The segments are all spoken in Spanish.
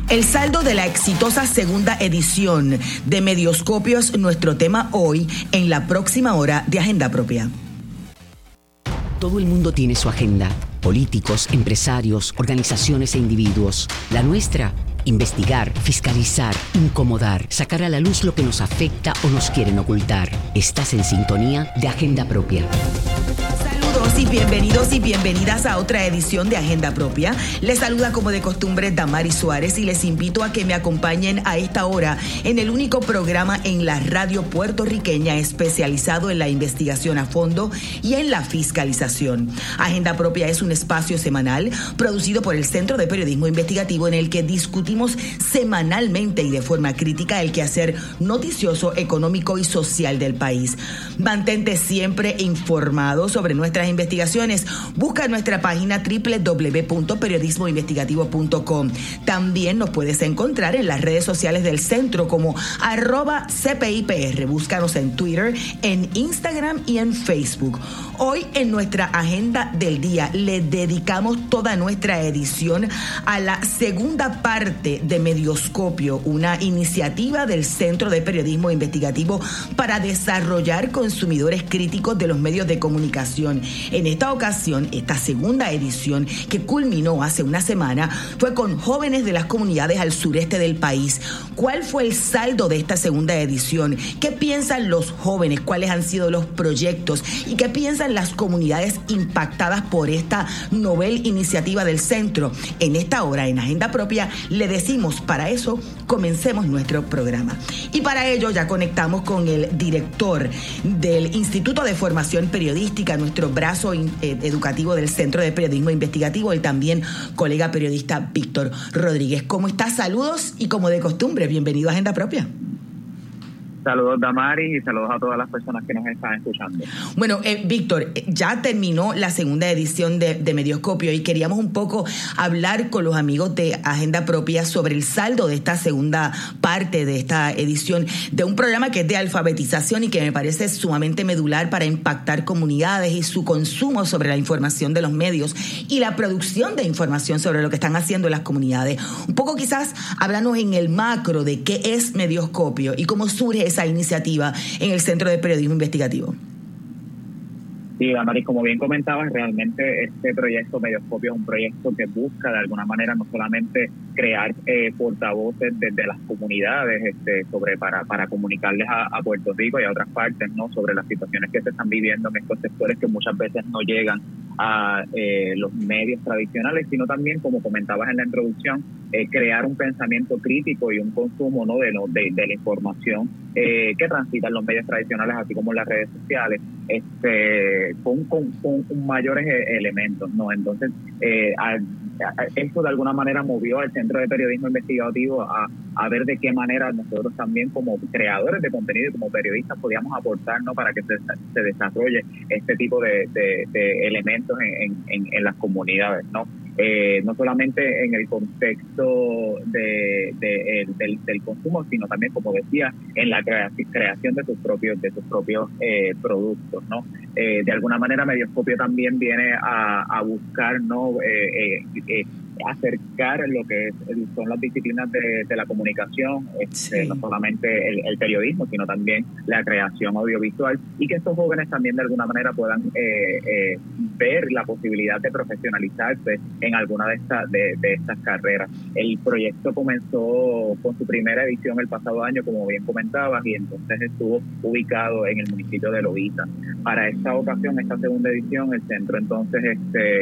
El saldo de la exitosa segunda edición de Medioscopio es nuestro tema hoy en la próxima hora de Agenda Propia. Todo el mundo tiene su agenda. Políticos, empresarios, organizaciones e individuos. La nuestra, investigar, fiscalizar, incomodar, sacar a la luz lo que nos afecta o nos quieren ocultar. Estás en sintonía de Agenda Propia. Saludos y bienvenidos y bienvenidas a otra edición de Agenda Propia. Les saluda como de costumbre Damaris Suárez y les invito a que me acompañen a esta hora en el único programa en la radio puertorriqueña especializado en la investigación a fondo y en la fiscalización. Agenda Propia es un espacio semanal producido por el Centro de Periodismo Investigativo en el que discutimos semanalmente y de forma crítica el quehacer noticioso, económico y social del país. Mantente siempre informado sobre nuestras investigaciones. Busca nuestra página www.periodismoinvestigativo.com. También nos puedes encontrar en las redes sociales del centro como @CPIPR. Búscanos en Twitter, en Instagram y en Facebook. Hoy en nuestra agenda del día le dedicamos toda nuestra edición a la segunda parte de Medioscopio, una iniciativa del Centro de Periodismo Investigativo para desarrollar consumidores críticos de los medios de comunicación. En esta ocasión, esta segunda edición que culminó hace una semana fue con jóvenes de las comunidades al sureste del país. ¿Cuál fue el saldo de esta segunda edición? ¿Qué piensan los jóvenes? ¿Cuáles han sido los proyectos? ¿Y qué piensan las comunidades impactadas por esta novel iniciativa del centro? En esta hora, en Agenda Propia, le decimos, para eso, comencemos nuestro programa. Y para ello ya conectamos con el director del Instituto de Formación Periodística, nuestro brazo educativo del Centro de Periodismo Investigativo, el también colega periodista Víctor Rodríguez. ¿Cómo estás? Saludos y como de costumbre, bienvenido a Agenda Propia. Saludos, Damaris, y saludos a todas las personas que nos están escuchando. Bueno, Víctor, ya terminó la segunda edición de Medioscopio y queríamos un poco hablar con los amigos de Agenda Propia sobre el saldo de esta segunda parte de esta edición de un programa que es de alfabetización y que me parece sumamente medular para impactar comunidades y su consumo sobre la información de los medios y la producción de información sobre lo que están haciendo las comunidades. Un poco quizás háblanos en el macro de qué es Medioscopio y cómo surge esa iniciativa en el Centro de Periodismo Investigativo. Sí, Damaris, como bien comentabas, realmente este proyecto Medioscopio es un proyecto que busca de alguna manera no solamente crear portavoces desde las comunidades para comunicarles a Puerto Rico y a otras partes, ¿no?, sobre las situaciones que se están viviendo en estos sectores que muchas veces no llegan a los medios tradicionales, sino también, como comentabas en la introducción, crear un pensamiento crítico y un consumo, ¿no?, de la información que transitan los medios tradicionales, así como las redes sociales, con mayores elementos, ¿no? Entonces, esto de alguna manera movió al Centro de Periodismo Investigativo a ver de qué manera nosotros también como creadores de contenido y como periodistas podíamos aportar, ¿no?, para que se desarrolle este tipo de elementos en las comunidades, ¿no? No solamente en el contexto del consumo, sino también, como decía, en la creación de sus propios productos, ¿no? De alguna manera Medioscopio también viene a buscar, ¿no?, acercar lo que son las disciplinas de la comunicación, sí, no solamente el periodismo, sino también la creación audiovisual, y que estos jóvenes también de alguna manera puedan ver la posibilidad de profesionalizarse en alguna de estas carreras. El proyecto comenzó con su primera edición el pasado año, como bien comentabas, y entonces estuvo ubicado en el municipio de Loíza. Para esta ocasión, esta segunda edición, el centro entonces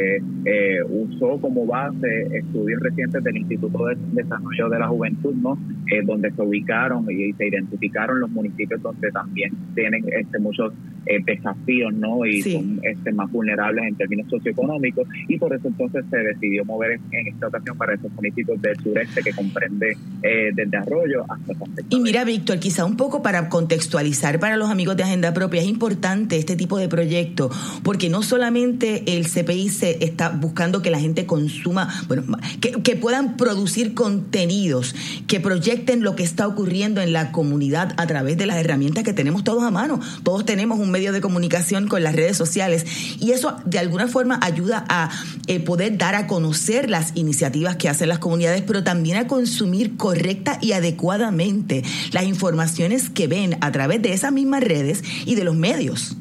usó como base estudios recientes del Instituto de Desarrollo de la Juventud, ¿no?, donde se ubicaron y se identificaron los municipios donde también tienen muchos desafíos, ¿no?, y sí, son más vulnerables en términos socioeconómicos, y por eso entonces se decidió mover en esta ocasión para esos municipios del sureste que comprende desde Arroyo hasta San Pedro. Y mira, Víctor, quizá un poco para contextualizar para los amigos de Agenda Propia, es importante este tipo de proyecto, porque no solamente el CPI se está buscando que la gente consuma, que puedan producir contenidos que proyecten lo que está ocurriendo en la comunidad a través de las herramientas que tenemos todos a mano. Todos tenemos un medios de comunicación con las redes sociales, y eso de alguna forma ayuda a poder dar a conocer las iniciativas que hacen las comunidades, pero también a consumir correcta y adecuadamente las informaciones que ven a través de esas mismas redes y de los medios.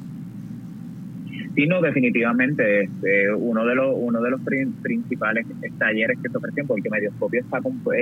Sí, no, definitivamente uno de los principales talleres que se ofrecen, porque Medioscopio está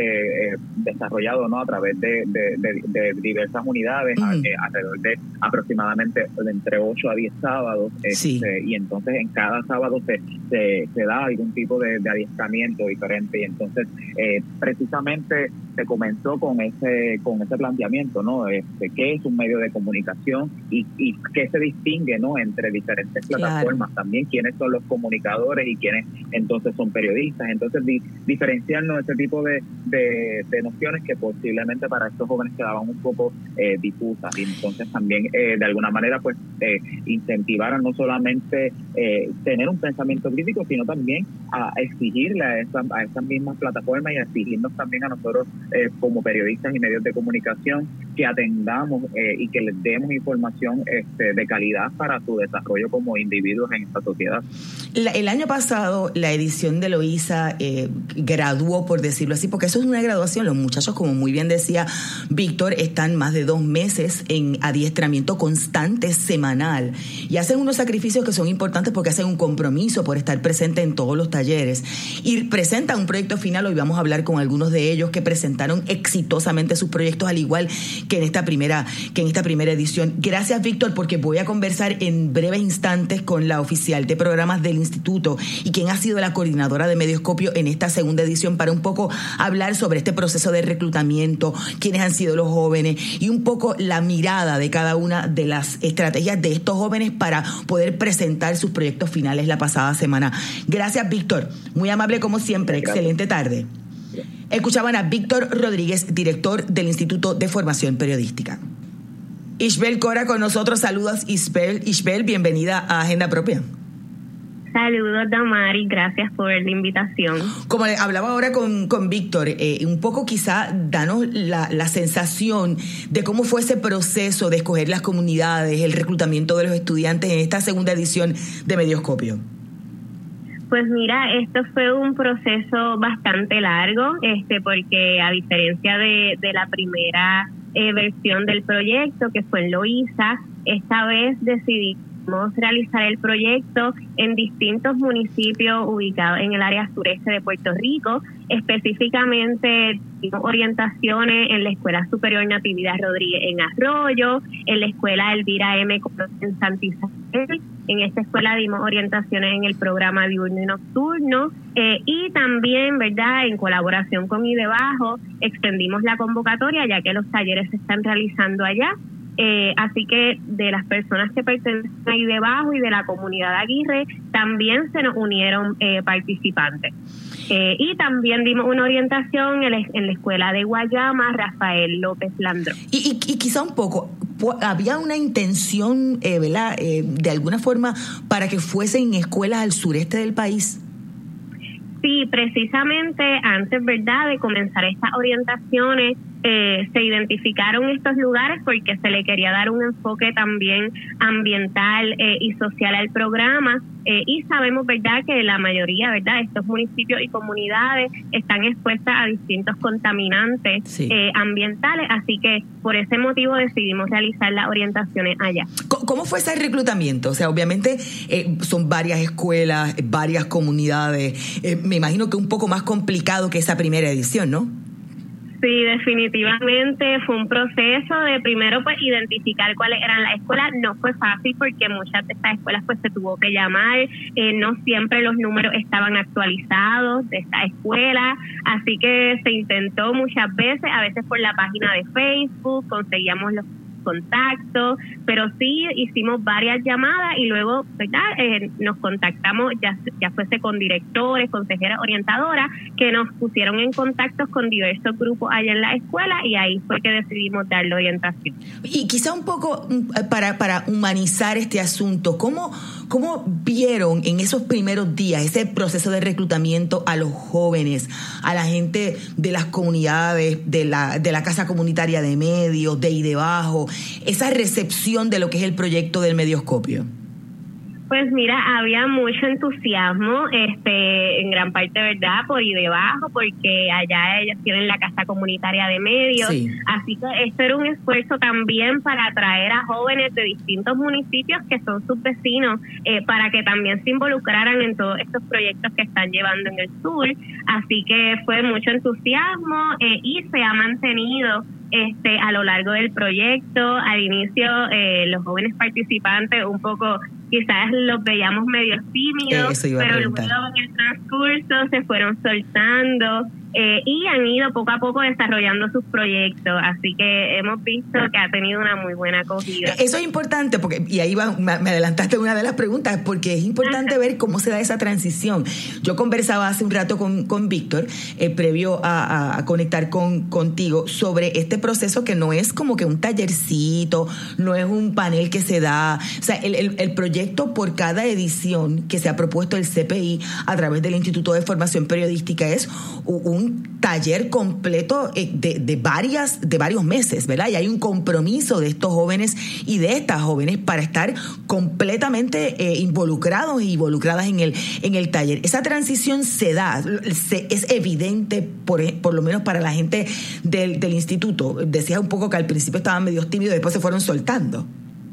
desarrollado, ¿no?, a través de diversas unidades, alrededor de aproximadamente entre 8 a 10 sábados, sí. Y entonces en cada sábado se da algún tipo de adiestramiento diferente, y entonces precisamente se comenzó con ese planteamiento, ¿no? ¿Qué es un medio de comunicación y qué se distingue, ¿no?, entre diferentes plataformas? Claro. También quiénes son los comunicadores y quiénes entonces son periodistas. Entonces diferenciarnos ese tipo de nociones que posiblemente para estos jóvenes quedaban un poco difusas, y entonces también de alguna manera pues incentivar a no solamente tener un pensamiento crítico, sino también a exigirle a esas mismas plataformas y a exigirnos también a nosotros como periodistas y medios de comunicación que atendamos y que les demos información de calidad para su desarrollo como individuos en esta sociedad. El año pasado la edición de Loíza graduó, por decirlo así, porque eso es una graduación. Los muchachos, como muy bien decía Víctor, están más de 2 meses en adiestramiento constante semanal y hacen unos sacrificios que son importantes porque hacen un compromiso por estar presente en todos los talleres y presentan un proyecto final. Hoy vamos a hablar con algunos de ellos que presentaron exitosamente sus proyectos, al igual que en esta primera edición. Gracias, Víctor, porque voy a conversar en breves instantes con la oficial de programas del instituto y quien ha sido la coordinadora de Medioscopio en esta segunda edición, para un poco hablar sobre este proceso de reclutamiento, quiénes han sido los jóvenes y un poco la mirada de cada una de las estrategias de estos jóvenes para poder presentar sus proyectos finales la pasada semana. Gracias, Víctor. Muy amable como siempre. Gracias. Excelente tarde. Escuchaban a Víctor Rodríguez, director del Instituto de Formación Periodística. Isbel Cora con nosotros. Saludos, Isbel. Isbel, bienvenida a Agenda Propia. Saludos, Damari, gracias por la invitación. Como hablaba ahora con Víctor, un poco quizá danos la sensación de cómo fue ese proceso de escoger las comunidades, el reclutamiento de los estudiantes en esta segunda edición de Medioscopio. Pues mira, esto fue un proceso bastante largo, porque a diferencia de la primera versión del proyecto, que fue en Loíza, esta vez decidimos realizar el proyecto en distintos municipios ubicados en el área sureste de Puerto Rico. Específicamente dimos orientaciones en la Escuela Superior Natividad Rodríguez en Arroyo, en la Escuela Elvira M. en Santa Isabel. En esta escuela dimos orientaciones en el programa diurno y nocturno, y también, ¿verdad?, en colaboración con IDEBAJO extendimos la convocatoria ya que los talleres se están realizando allá. Así que de las personas que pertenecen a IDEBAJO y de la comunidad Aguirre también se nos unieron participantes. Y también dimos una orientación en la escuela de Guayama, Rafael López Landrón. Y quizá un poco, había una intención, ¿verdad?, de alguna forma para que fuesen escuelas al sureste del país. Sí, precisamente antes, ¿verdad?, de comenzar estas orientaciones, se identificaron estos lugares porque se le quería dar un enfoque también ambiental y social al programa, y sabemos, ¿verdad?, que la mayoría, ¿verdad?, de estos municipios y comunidades están expuestas a distintos contaminantes ambientales, así que por ese motivo decidimos realizar las orientaciones allá. ¿Cómo fue ese reclutamiento? O sea, obviamente son varias escuelas, varias comunidades, me imagino que un poco más complicado que esa primera edición, ¿no? Sí, definitivamente fue un proceso de primero pues identificar cuáles eran las escuelas. No fue fácil porque muchas de estas escuelas pues se tuvo que llamar, no siempre los números estaban actualizados de esta escuela, así que se intentó muchas veces, a veces por la página de Facebook, conseguíamos los contactos, pero sí hicimos varias llamadas y luego, ¿verdad?, nos contactamos ya fuese con directores, consejeras orientadoras, que nos pusieron en contacto con diversos grupos allá en la escuela, y ahí fue que decidimos dar la orientación. Y quizá un poco para humanizar este asunto, ¿cómo ¿Cómo vieron en esos primeros días ese proceso de reclutamiento a los jóvenes, a la gente de las comunidades, de la Casa Comunitaria de Medios, de Idebajo, esa recepción de lo que es el proyecto del Medioscopio? Pues mira, había mucho entusiasmo, en gran parte, ¿verdad?, por Idebajo, porque allá ellos tienen la Casa Comunitaria de Medios, sí. Así que esto era un esfuerzo también para atraer a jóvenes de distintos municipios que son sus vecinos, para que también se involucraran en todos estos proyectos que están llevando en el sur, así que fue mucho entusiasmo y se ha mantenido a lo largo del proyecto. Al inicio los jóvenes participantes un poco quizás los veíamos medio tímidos, pero luego en el transcurso se fueron soltando y han ido poco a poco desarrollando sus proyectos, así que hemos visto que ha tenido una muy buena acogida. Eso es importante, porque y ahí me adelantaste una de las preguntas, porque es importante ver cómo se da esa transición. Yo conversaba hace un rato con Víctor, previo a conectar contigo, sobre este proceso que no es como que un tallercito, no es un panel que se da, o sea, el proyecto por cada edición que se ha propuesto el CPI a través del Instituto de Formación Periodística es un taller completo de varios meses, ¿verdad? Y hay un compromiso de estos jóvenes y de estas jóvenes para estar completamente involucrados y involucradas en el taller. Esa transición se da, es evidente, por lo menos para la gente del instituto. Decías un poco que al principio estaban medio tímidos, después se fueron soltando.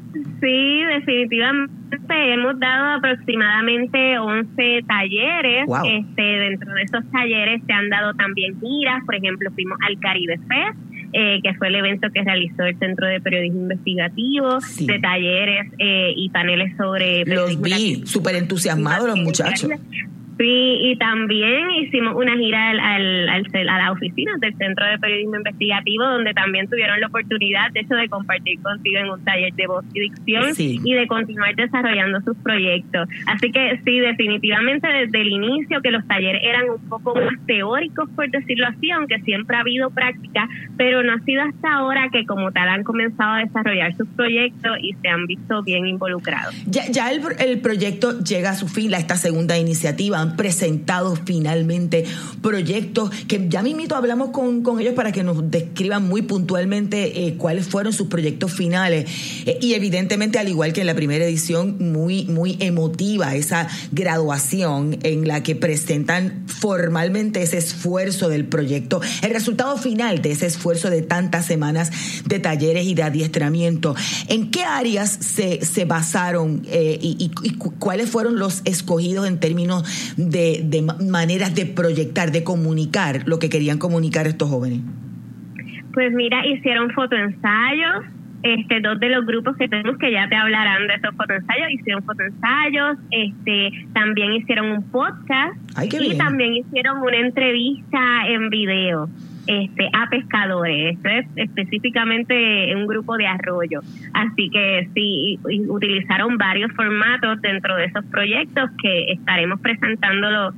Sí, definitivamente hemos dado aproximadamente 11 talleres. Wow. Dentro de esos talleres se han dado también giras. Por ejemplo, fuimos al Caribe Fest, que fue el evento que realizó el Centro de Periodismo Investigativo, sí, de talleres y paneles sobre... Los vi, súper entusiasmados los muchachos. Sí, y también hicimos una gira a la oficina del Centro de Periodismo Investigativo, donde también tuvieron la oportunidad, de hecho, de compartir contigo en un taller de voz y dicción, sí, y de continuar desarrollando sus proyectos. Así que sí, definitivamente desde el inicio, que los talleres eran un poco más teóricos, por decirlo así, aunque siempre ha habido práctica, pero no ha sido hasta ahora que como tal han comenzado a desarrollar sus proyectos y se han visto bien involucrados. Ya el proyecto llega a su fin, esta segunda iniciativa. Presentado finalmente proyectos que ya mismito hablamos con ellos para que nos describan muy puntualmente cuáles fueron sus proyectos finales, y evidentemente, al igual que en la primera edición, muy emotiva esa graduación en la que presentan formalmente ese esfuerzo del proyecto, el resultado final de ese esfuerzo de tantas semanas de talleres y de adiestramiento. ¿En qué áreas se basaron y cuáles fueron los escogidos en términos de maneras de proyectar, de comunicar lo que querían comunicar estos jóvenes? Pues mira, hicieron fotoensayos, dos de los grupos que tenemos que ya te hablarán de esos fotoensayos, hicieron fotoensayos, también hicieron un podcast. Ay, qué bien. Y también hicieron una entrevista en video a pescadores. Esto es específicamente un grupo de Arroyo. Así que sí, utilizaron varios formatos dentro de esos proyectos que estaremos presentándolo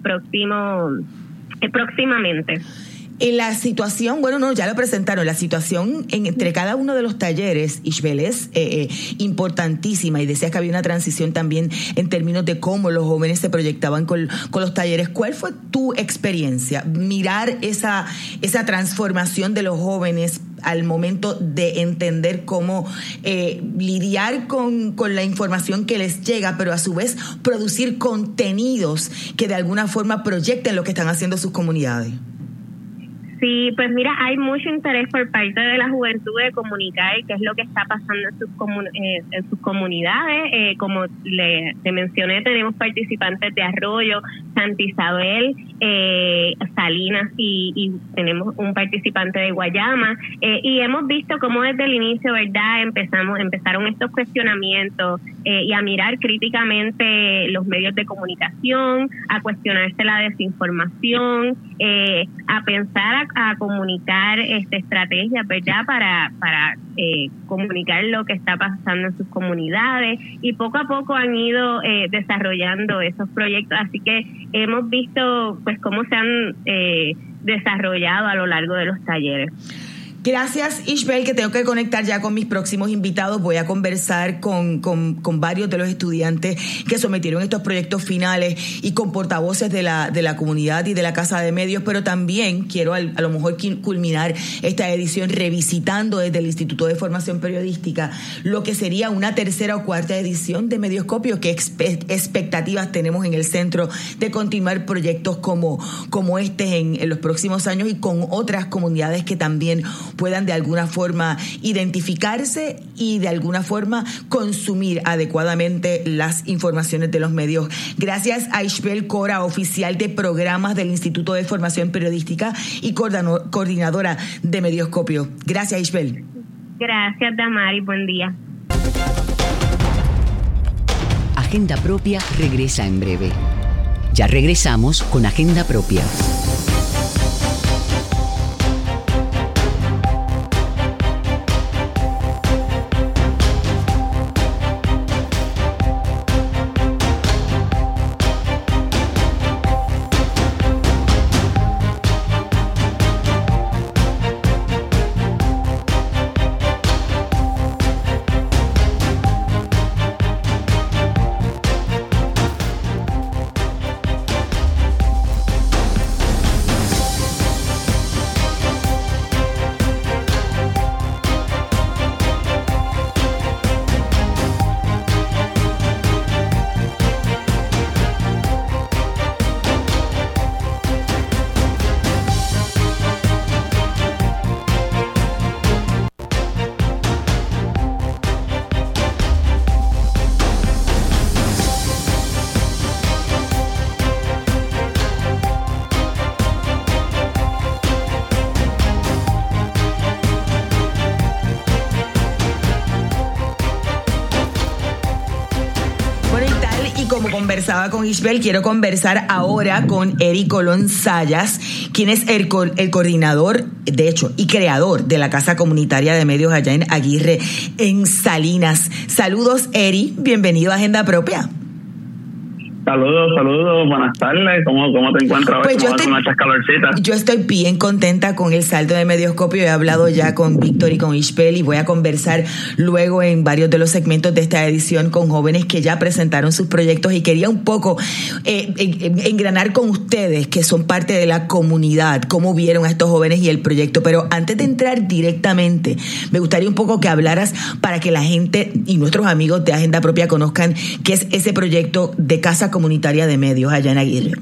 próximamente. En la situación, ya lo presentaron, la situación entre cada uno de los talleres, Ishbel, es importantísima, y decías que había una transición también en términos de cómo los jóvenes se proyectaban con los talleres. ¿Cuál fue tu experiencia? Mirar esa transformación de los jóvenes al momento de entender cómo lidiar con la información que les llega, pero a su vez producir contenidos que de alguna forma proyecten lo que están haciendo sus comunidades. Sí, pues mira, hay mucho interés por parte de la juventud de comunicar qué es lo que está pasando en sus comunidades. Como te mencioné, tenemos participantes de Arroyo, Santa Isabel, Salinas y tenemos un participante de Guayama. Y hemos visto cómo desde el inicio, ¿verdad?, empezaron estos cuestionamientos y a mirar críticamente los medios de comunicación, a cuestionarse la desinformación, a pensar a comunicar estrategias, ¿verdad?, para comunicar lo que está pasando en sus comunidades, y poco a poco han ido desarrollando esos proyectos, así que hemos visto pues cómo se han desarrollado a lo largo de los talleres. Gracias, Ishbel, que tengo que conectar ya con mis próximos invitados. Voy a conversar con varios de los estudiantes que sometieron estos proyectos finales y con portavoces de la comunidad y de la Casa de Medios, pero también quiero a lo mejor culminar esta edición revisitando desde el Instituto de Formación Periodística lo que sería una tercera o cuarta edición de Medioscopio. ¿Qué expectativas tenemos en el centro de continuar proyectos como este en los próximos años y con otras comunidades que también puedan de alguna forma identificarse y de alguna forma consumir adecuadamente las informaciones de los medios? Gracias a Ishbel Cora, oficial de programas del Instituto de Formación Periodística y coordinadora de Medioscopio. Gracias, Ishbel. Gracias, Damari. Buen día. Agenda Propia regresa en breve. Ya regresamos con Agenda Propia. Conversaba con Ishbel, quiero conversar ahora con Eri Colón Sayas, quien es el coordinador, de hecho, y creador de la Casa Comunitaria de Medios allá en Aguirre, en Salinas. Saludos, Eri, bienvenido a Agenda Propia. Saludos, buenas tardes. ¿Cómo te encuentras hoy? Pues yo estoy bien contenta con el salto de Medioscopio. He hablado ya con Víctor y con Ishbel y voy a conversar luego en varios de los segmentos de esta edición con jóvenes que ya presentaron sus proyectos, y quería un poco engranar con ustedes que son parte de la comunidad, cómo vieron a estos jóvenes y el proyecto. Pero antes de entrar directamente, me gustaría un poco que hablaras para que la gente y nuestros amigos de Agenda Propia conozcan qué es ese proyecto de Casa Comunitaria de Medios allá en Aguirre.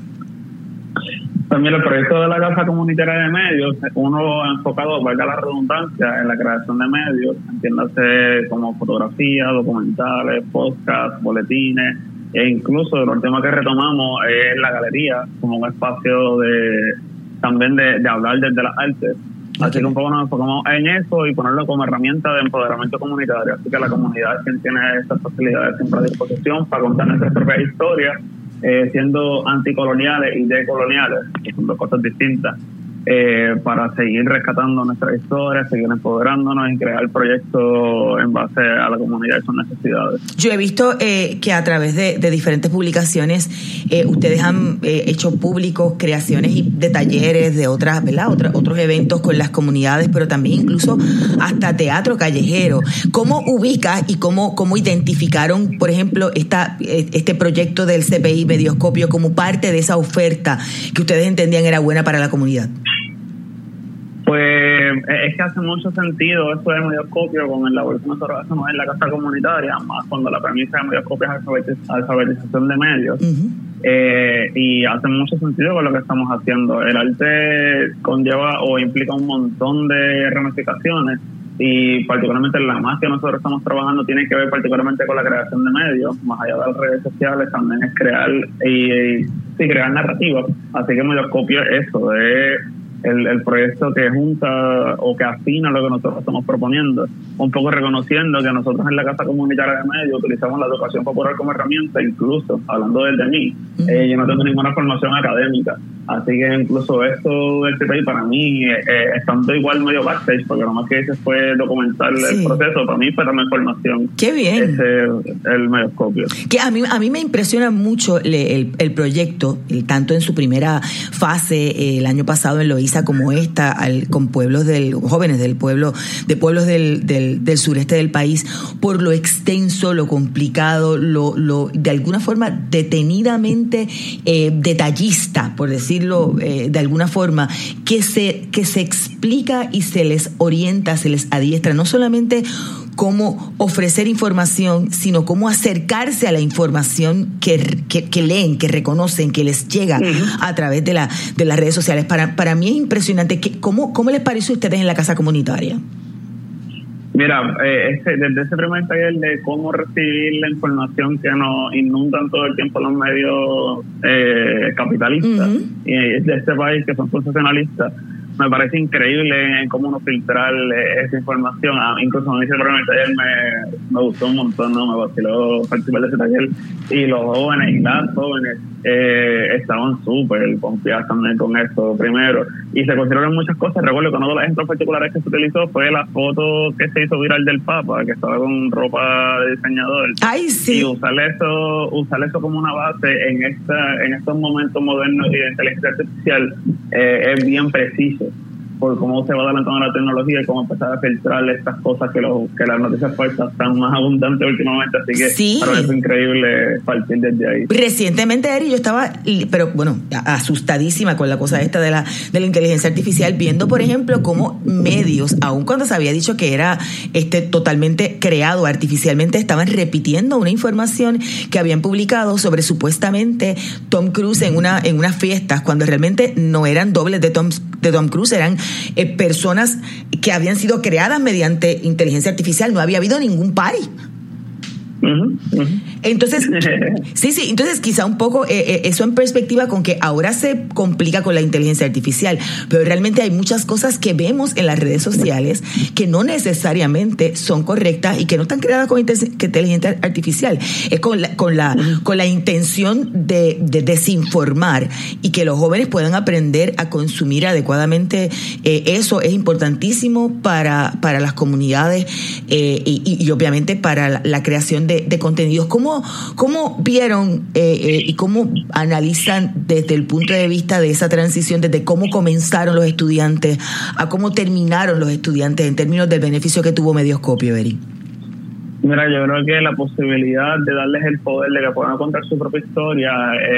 Pues mira, el proyecto de la Casa Comunitaria de Medios, uno enfocado, valga la redundancia, en la creación de medios, entiéndase como fotografía, documentales, podcasts, boletines, e incluso el último que retomamos es la galería, como un espacio también de hablar desde las artes. Así que un poco nos enfocamos en eso y ponerlo como herramienta de empoderamiento comunitario. Así que la comunidad es quien tiene estas facilidades siempre a disposición para contar nuestras propias historias, siendo anticoloniales y decoloniales, que son dos cosas distintas, para seguir rescatando nuestras historias, seguir empoderándonos y crear proyectos en base a la comunidad y sus necesidades. Yo he visto que a través de diferentes publicaciones ustedes han hecho públicos creaciones de talleres, de otras, ¿verdad? Otros eventos con las comunidades, pero también incluso hasta teatro callejero. ¿Cómo ubicas y cómo identificaron, por ejemplo, este proyecto del CPI Medioscopio como parte de esa oferta que ustedes entendían era buena para la comunidad? Pues es que hace mucho sentido esto de Medioscopio con el labor que nosotros hacemos en la Casa Comunitaria, más cuando la premisa de Medioscopio es alfabetización de medios. Uh-huh. Y hace mucho sentido con lo que estamos haciendo. El arte conlleva o implica un montón de ramificaciones, y particularmente la más que nosotros estamos trabajando tiene que ver particularmente con la creación de medios, más allá de las redes sociales, también es crear crear narrativas. Así que Medioscopio es eso, es el proyecto que junta o que afina lo que nosotros estamos proponiendo, un poco reconociendo que nosotros en la Casa Comunitaria de Medios utilizamos la educación popular como herramienta, incluso hablando desde mí. Yo no tengo ninguna formación académica, Así que incluso esto del CPI para mí, estando igual medio backstage, porque lo más que hice fue documentar el proceso, para mí fue darme información. ¡Qué bien! El Medioscopio. Que a mí me impresiona mucho el proyecto, tanto en su primera fase el año pasado en Loíza como esta, con pueblos jóvenes de pueblos del sureste del país, por lo extenso, lo complicado, lo de alguna forma detenidamente detallista, por decirlo de alguna forma, que se explica y se les orienta, se les adiestra, no solamente cómo ofrecer información, sino cómo acercarse a la información que leen, que reconocen, que les llega a través de las redes sociales. Para mí es impresionante. ¿Cómo les parece a ustedes en la Casa Comunitaria? Mira, desde ese primer taller de cómo recibir la información que nos inundan todo el tiempo los medios capitalistas y de este país que son sensacionalistas, me parece increíble en cómo uno filtrar esa información. Incluso en ese primer taller me gustó un montón, ¿no? Me vaciló participar de ese taller, y los jóvenes y las jóvenes estaban súper confiadas también con esto primero, y se consideraron muchas cosas. Recuerdo que uno de los ejemplos particulares que se utilizó fue la foto que se hizo viral del Papa, que estaba con ropa de diseñador. ¡Ay, sí! Y usar eso como una base en estos momentos modernos y de inteligencia artificial es bien preciso, por cómo se va adelantando la tecnología y cómo empezar a filtrar estas cosas que las noticias falsas están más abundantes últimamente. Así que para mí es increíble partir desde ahí. Recientemente, Eri, yo estaba, pero bueno, asustadísima con la cosa esta de la inteligencia artificial, viendo, por ejemplo, cómo medios, aun cuando se había dicho que era totalmente creado artificialmente, estaban repitiendo una información que habían publicado sobre supuestamente Tom Cruise en unas fiestas, cuando realmente no eran dobles de Tom Cruise, eran personas que habían sido creadas mediante inteligencia artificial. No había habido ningún party. Entonces, entonces quizá un poco eso en perspectiva con que ahora se complica con la inteligencia artificial, pero realmente hay muchas cosas que vemos en las redes sociales que no necesariamente son correctas y que no están creadas con inteligencia artificial. Es con la intención de desinformar y que los jóvenes puedan aprender a consumir adecuadamente. Eso es importantísimo para las comunidades y obviamente para la creación de contenidos. ¿Cómo vieron y cómo analizan desde el punto de vista de esa transición, desde cómo comenzaron los estudiantes a cómo terminaron los estudiantes en términos del beneficio que tuvo Medioscopio, Eri? Mira, yo creo que la posibilidad de darles el poder de que puedan contar su propia historia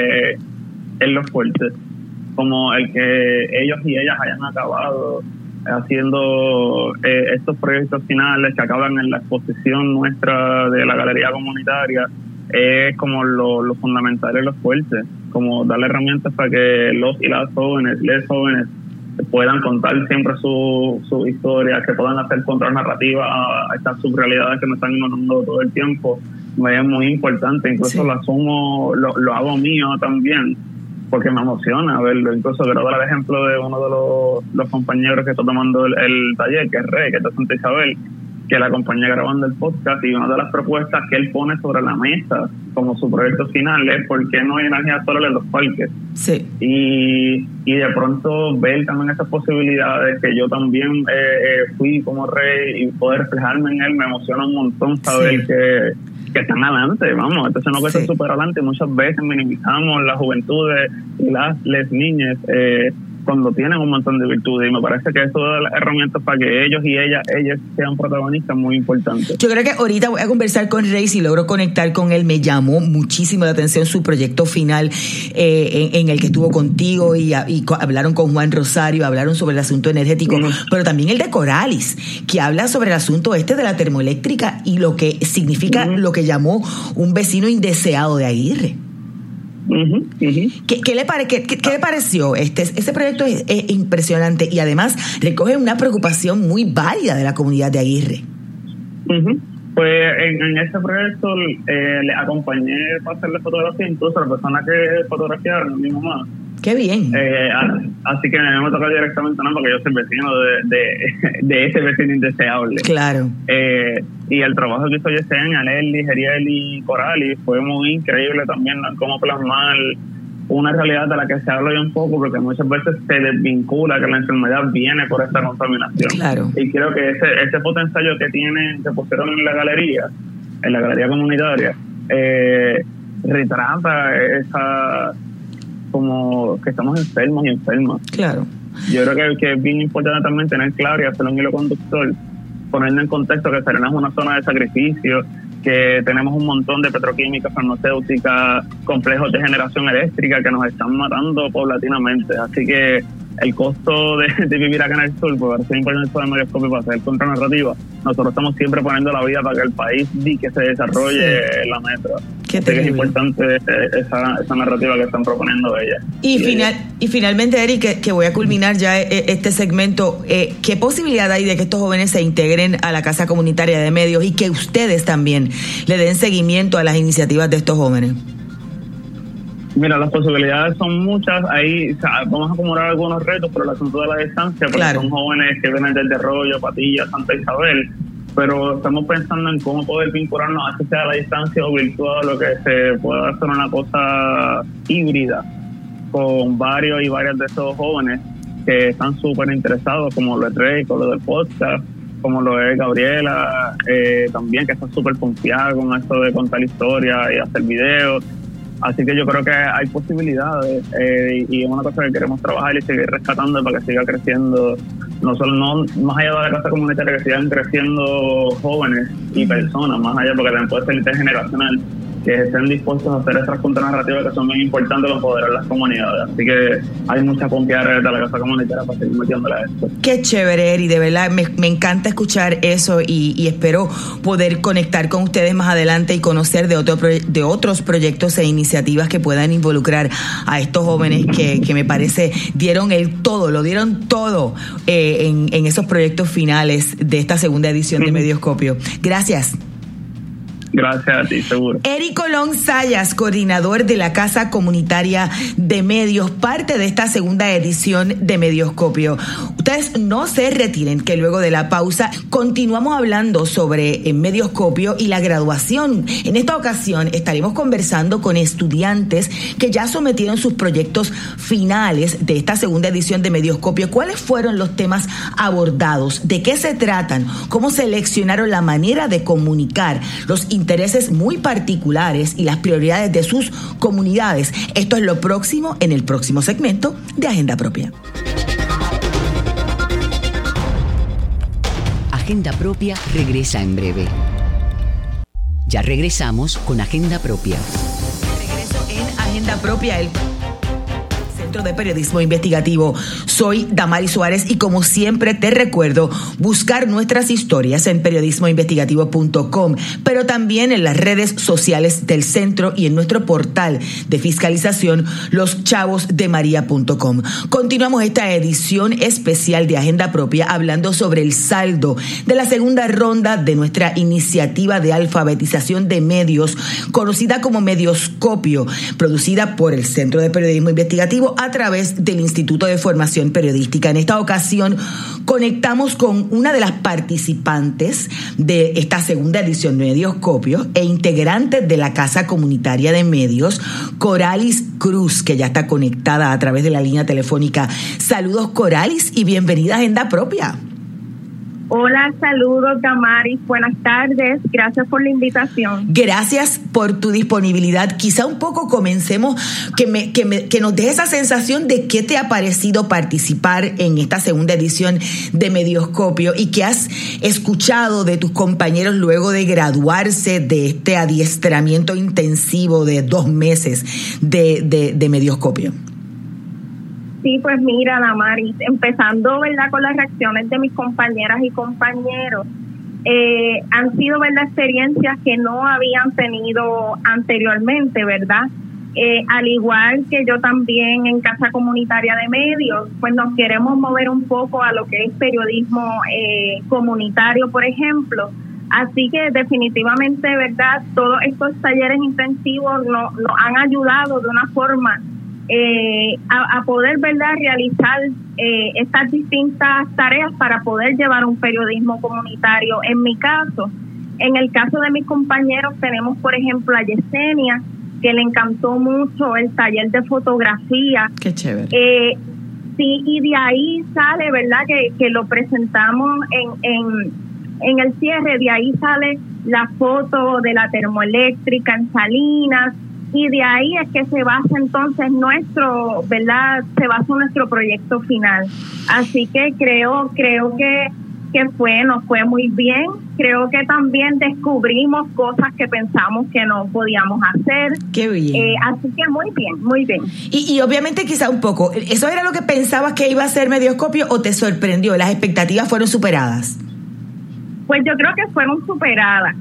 es lo fuerte. Como el que ellos y ellas hayan acabado haciendo estos proyectos finales que acaban en la exposición nuestra de la galería comunitaria, es como lo fundamental y lo fuerte, como darle herramientas para que los y las jóvenes, puedan contar siempre su historia, que puedan hacer contranarrativa a estas subrealidades que nos están inundando todo el tiempo. Me es muy importante, incluso lo asumo, lo hago mío también, porque me emociona verlo. Incluso quiero dar el ejemplo de uno de los compañeros que está tomando el taller, que es Rey, que está en Santa Isabel, que la acompañé grabando el podcast, y una de las propuestas que él pone sobre la mesa como su proyecto final es por qué no hay energía solar en los parques. Sí. Y de pronto ver también esas posibilidades, que yo también fui como Rey, y poder reflejarme en él, me emociona un montón saber que están adelante, vamos, entonces no que están súper adelante. Muchas veces minimizamos las juventudes y las niñas cuando tienen un montón de virtudes, y me parece que eso da las herramientas para que ellos y ellas sean protagonistas muy importantes. Yo creo que ahorita voy a conversar con Rey, si logro conectar con él. Me llamó muchísimo la atención su proyecto final en el que estuvo contigo y hablaron con Juan Rosario, hablaron sobre el asunto energético, pero también el de Coralis, que habla sobre el asunto de la termoeléctrica y lo que significa lo que llamó un vecino indeseado de Aguirre. ¿Qué le pareció? Ese proyecto es impresionante y además recoge una preocupación muy válida de la comunidad de Aguirre. Pues en este proyecto le acompañé para hacerle fotografía, incluso a la persona que fotografiaron, mi mamá. ¡Qué bien! Así que me toca directamente, no, porque yo soy vecino de ese vecino indeseable. Claro. Y el trabajo que hizo Yesenia, Nelly, Geriel y Coralis fue muy increíble también, ¿no? Cómo plasmar una realidad de la que se habla hoy un poco, porque muchas veces se desvincula que la enfermedad viene por esta contaminación. Claro. Y creo que ese potencial que tienen, que pusieron en la galería comunitaria, retrata esa, como que estamos enfermos y enfermas. Claro. Yo creo que es bien importante también tener claro y hacer un hilo conductor, poniendo en contexto que Serena es una zona de sacrificio, que tenemos un montón de petroquímicas, farmacéuticas, complejos de generación eléctrica que nos están matando paulatinamente. Así que el costo de vivir acá en el sur, por ser importante de Medioscopio para hacer contranarrativa, nosotros estamos siempre poniendo la vida para que el país que se desarrolle la metro. Así que es importante esa narrativa que están proponiendo ellas. Y finalmente, Eric, que voy a culminar ya este segmento, ¿qué posibilidad hay de que estos jóvenes se integren a la Casa Comunitaria de Medios y que ustedes también le den seguimiento a las iniciativas de estos jóvenes? Mira, las posibilidades son muchas. Ahí vamos a acumular algunos retos por el asunto de la distancia, porque son jóvenes que vienen del Arroyo, Patilla, Santa Isabel, pero estamos pensando en cómo poder vincularnos, así sea a la distancia o virtual, lo que se pueda hacer una cosa híbrida con varios y varias de esos jóvenes que están súper interesados, como lo es Rey, con lo del podcast, como lo es Gabriela, también, que está súper confiada con esto de contar historias y hacer videos. Así que yo creo que hay posibilidades y es una cosa que queremos trabajar y seguir rescatando para que siga creciendo, no solo más allá de la casa comunitaria, que sigan creciendo jóvenes y personas, más allá, porque también puede ser intergeneracional, que estén dispuestos a hacer estas contranarrativas que son muy importantes para empoderar las comunidades. Así que hay mucha confianza de la casa comunitaria para seguir metiéndole a esto. Qué chévere, Eri, de verdad me encanta escuchar eso y espero poder conectar con ustedes más adelante y conocer de otros proyectos e iniciativas que puedan involucrar a estos jóvenes que me parece lo dieron todo en esos proyectos finales de esta segunda edición de Medioscopio. Gracias. Gracias a ti, seguro. Eric Colón Sayas, coordinador de la Casa Comunitaria de Medios, parte de esta segunda edición de Medioscopio. Ustedes no se retiren, que luego de la pausa continuamos hablando sobre Medioscopio y la graduación. En esta ocasión estaremos conversando con estudiantes que ya sometieron sus proyectos finales de esta segunda edición de Medioscopio. ¿Cuáles fueron los temas abordados? ¿De qué se tratan? ¿Cómo seleccionaron la manera de comunicar los intereses muy particulares y las prioridades de sus comunidades? Esto es lo próximo en el próximo segmento de Agenda Propia. Agenda Propia regresa en breve. Ya regresamos con Agenda Propia. Regreso en Agenda Propia, el Centro de Periodismo Investigativo. Soy Damaris Suárez y como siempre te recuerdo buscar nuestras historias en periodismoinvestigativo.com, pero también en las redes sociales del centro y en nuestro portal de fiscalización loschavosdemaria.com. Continuamos esta edición especial de Agenda Propia hablando sobre el saldo de la segunda ronda de nuestra iniciativa de alfabetización de medios, conocida como Medioscopio, producida por el Centro de Periodismo Investigativo a través del Instituto de Formación Periodística. En esta ocasión conectamos con una de las participantes de esta segunda edición de Medioscopio e integrante de la Casa Comunitaria de Medios, Coralis Cruz, que ya está conectada a través de la línea telefónica. Saludos, Coralis, y bienvenida a Agenda Propia. Hola, saludos, Damaris. Buenas tardes. Gracias por la invitación. Gracias por tu disponibilidad. Quizá un poco comencemos, que nos dé esa sensación de qué te ha parecido participar en esta segunda edición de Medioscopio y qué has escuchado de tus compañeros luego de graduarse de este adiestramiento intensivo de 2 meses de Medioscopio. Sí, pues mira, Damaris, empezando, ¿verdad?, con las reacciones de mis compañeras y compañeros, han sido, ¿verdad?, experiencias que no habían tenido anteriormente, ¿verdad? Al igual que yo también en Casa Comunitaria de Medios, pues nos queremos mover un poco a lo que es periodismo comunitario, por ejemplo. Así que definitivamente, ¿verdad?, todos estos talleres intensivos nos han ayudado de una forma a poder, ¿verdad?, realizar estas distintas tareas para poder llevar un periodismo comunitario. En mi caso, en el caso de mis compañeros, tenemos, por ejemplo, a Yesenia, que le encantó mucho el taller de fotografía. Qué chévere. Sí, y de ahí sale, ¿verdad? Que lo presentamos en el cierre, de ahí sale la foto de la termoeléctrica en Salinas, y de ahí es que se basa entonces nuestro proyecto final. Así que creo que nos fue muy bien. Creo que también descubrimos cosas que pensamos que no podíamos hacer. Qué bien. Así que muy bien. Y obviamente quizá un poco, ¿eso era lo que pensabas que iba a ser Medioscopio o te sorprendió? ¿Las expectativas fueron superadas? Pues yo creo que fueron superadas.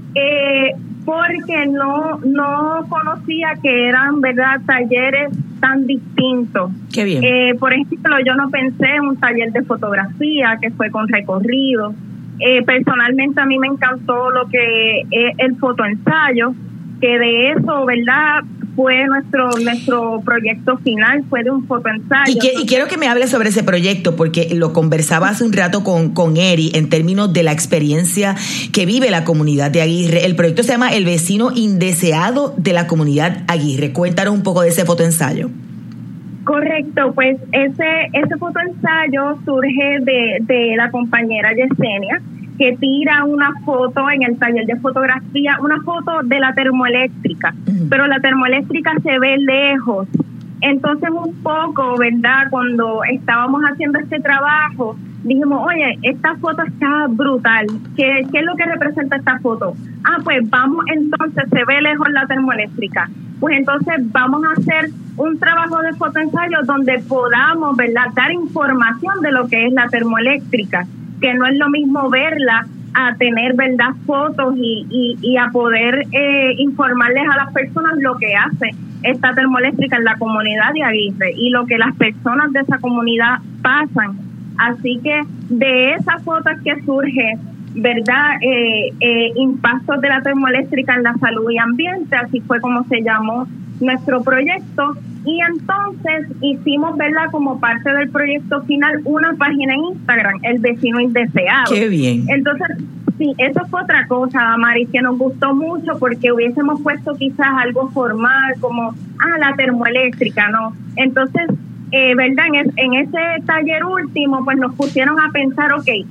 Porque no conocía que eran, ¿verdad?, talleres tan distintos. Qué bien. Por ejemplo, yo no pensé en un taller de fotografía que fue con recorrido. Personalmente a mí me encantó lo que es el fotoensayo, que de eso, ¿verdad?, fue nuestro proyecto final, fue de un fotoensayo. Y quiero que me hables sobre ese proyecto, porque lo conversaba hace un rato con Eri en términos de la experiencia que vive la comunidad de Aguirre. El proyecto se llama El Vecino Indeseado de la Comunidad Aguirre. Cuéntanos un poco de ese fotoensayo. Correcto, pues ese fotoensayo surge de la compañera Yesenia, que tira una foto en el taller de fotografía, una foto de la termoeléctrica, pero la termoeléctrica se ve lejos. Entonces un poco, ¿verdad?, cuando estábamos haciendo este trabajo, dijimos, oye, esta foto está brutal. ¿Qué es lo que representa esta foto? Pues vamos, entonces se ve lejos la termoeléctrica. Pues entonces vamos a hacer un trabajo de fotoensayo donde podamos, ¿verdad?, dar información de lo que es la termoeléctrica, que no es lo mismo verla a tener, ¿verdad?, fotos y a poder informarles a las personas lo que hace esta termoeléctrica en la comunidad de Aguirre y lo que las personas de esa comunidad pasan. Así que de esa foto es que surge, ¿verdad?, impactos de la termoeléctrica en la salud y ambiente. Así fue como se llamó nuestro proyecto. Y entonces hicimos, ¿verdad?, como parte del proyecto final, una página en Instagram, El Vecino Indeseado. ¡Qué bien! Entonces, sí, eso fue otra cosa, Damaris, que nos gustó mucho, porque hubiésemos puesto quizás algo formal, como, la termoeléctrica, ¿no? Entonces, ¿verdad?, en ese taller último, pues nos pusieron a pensar,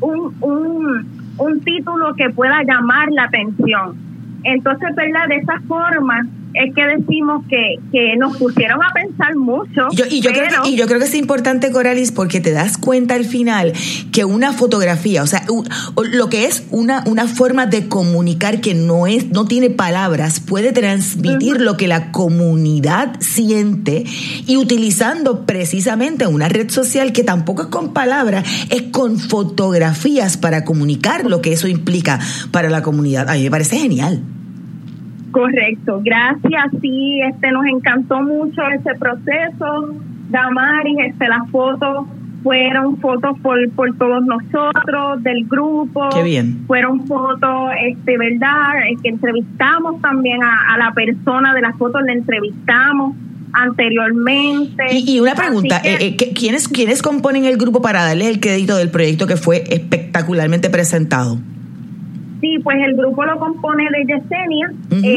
un título que pueda llamar la atención. Entonces, ¿verdad?, de esa forma es que decimos que nos pusieron a pensar mucho. Yo creo que es importante, Coralis, porque te das cuenta al final que una fotografía, o sea, lo que es una forma de comunicar que no tiene palabras, puede transmitir lo que la comunidad siente, y utilizando precisamente una red social que tampoco es con palabras, es con fotografías para comunicar lo que eso implica para la comunidad. A mí me parece genial. Correcto, gracias, sí, nos encantó mucho ese proceso, Damaris, las fotos fueron fotos por todos nosotros, del grupo. Qué bien. Fueron fotos, ¿verdad?, que entrevistamos también a la persona de las fotos, la entrevistamos anteriormente. Y una pregunta, ¿quiénes componen el grupo para darle el crédito del proyecto que fue espectacularmente presentado? Sí, pues el grupo lo compone de Yesenia,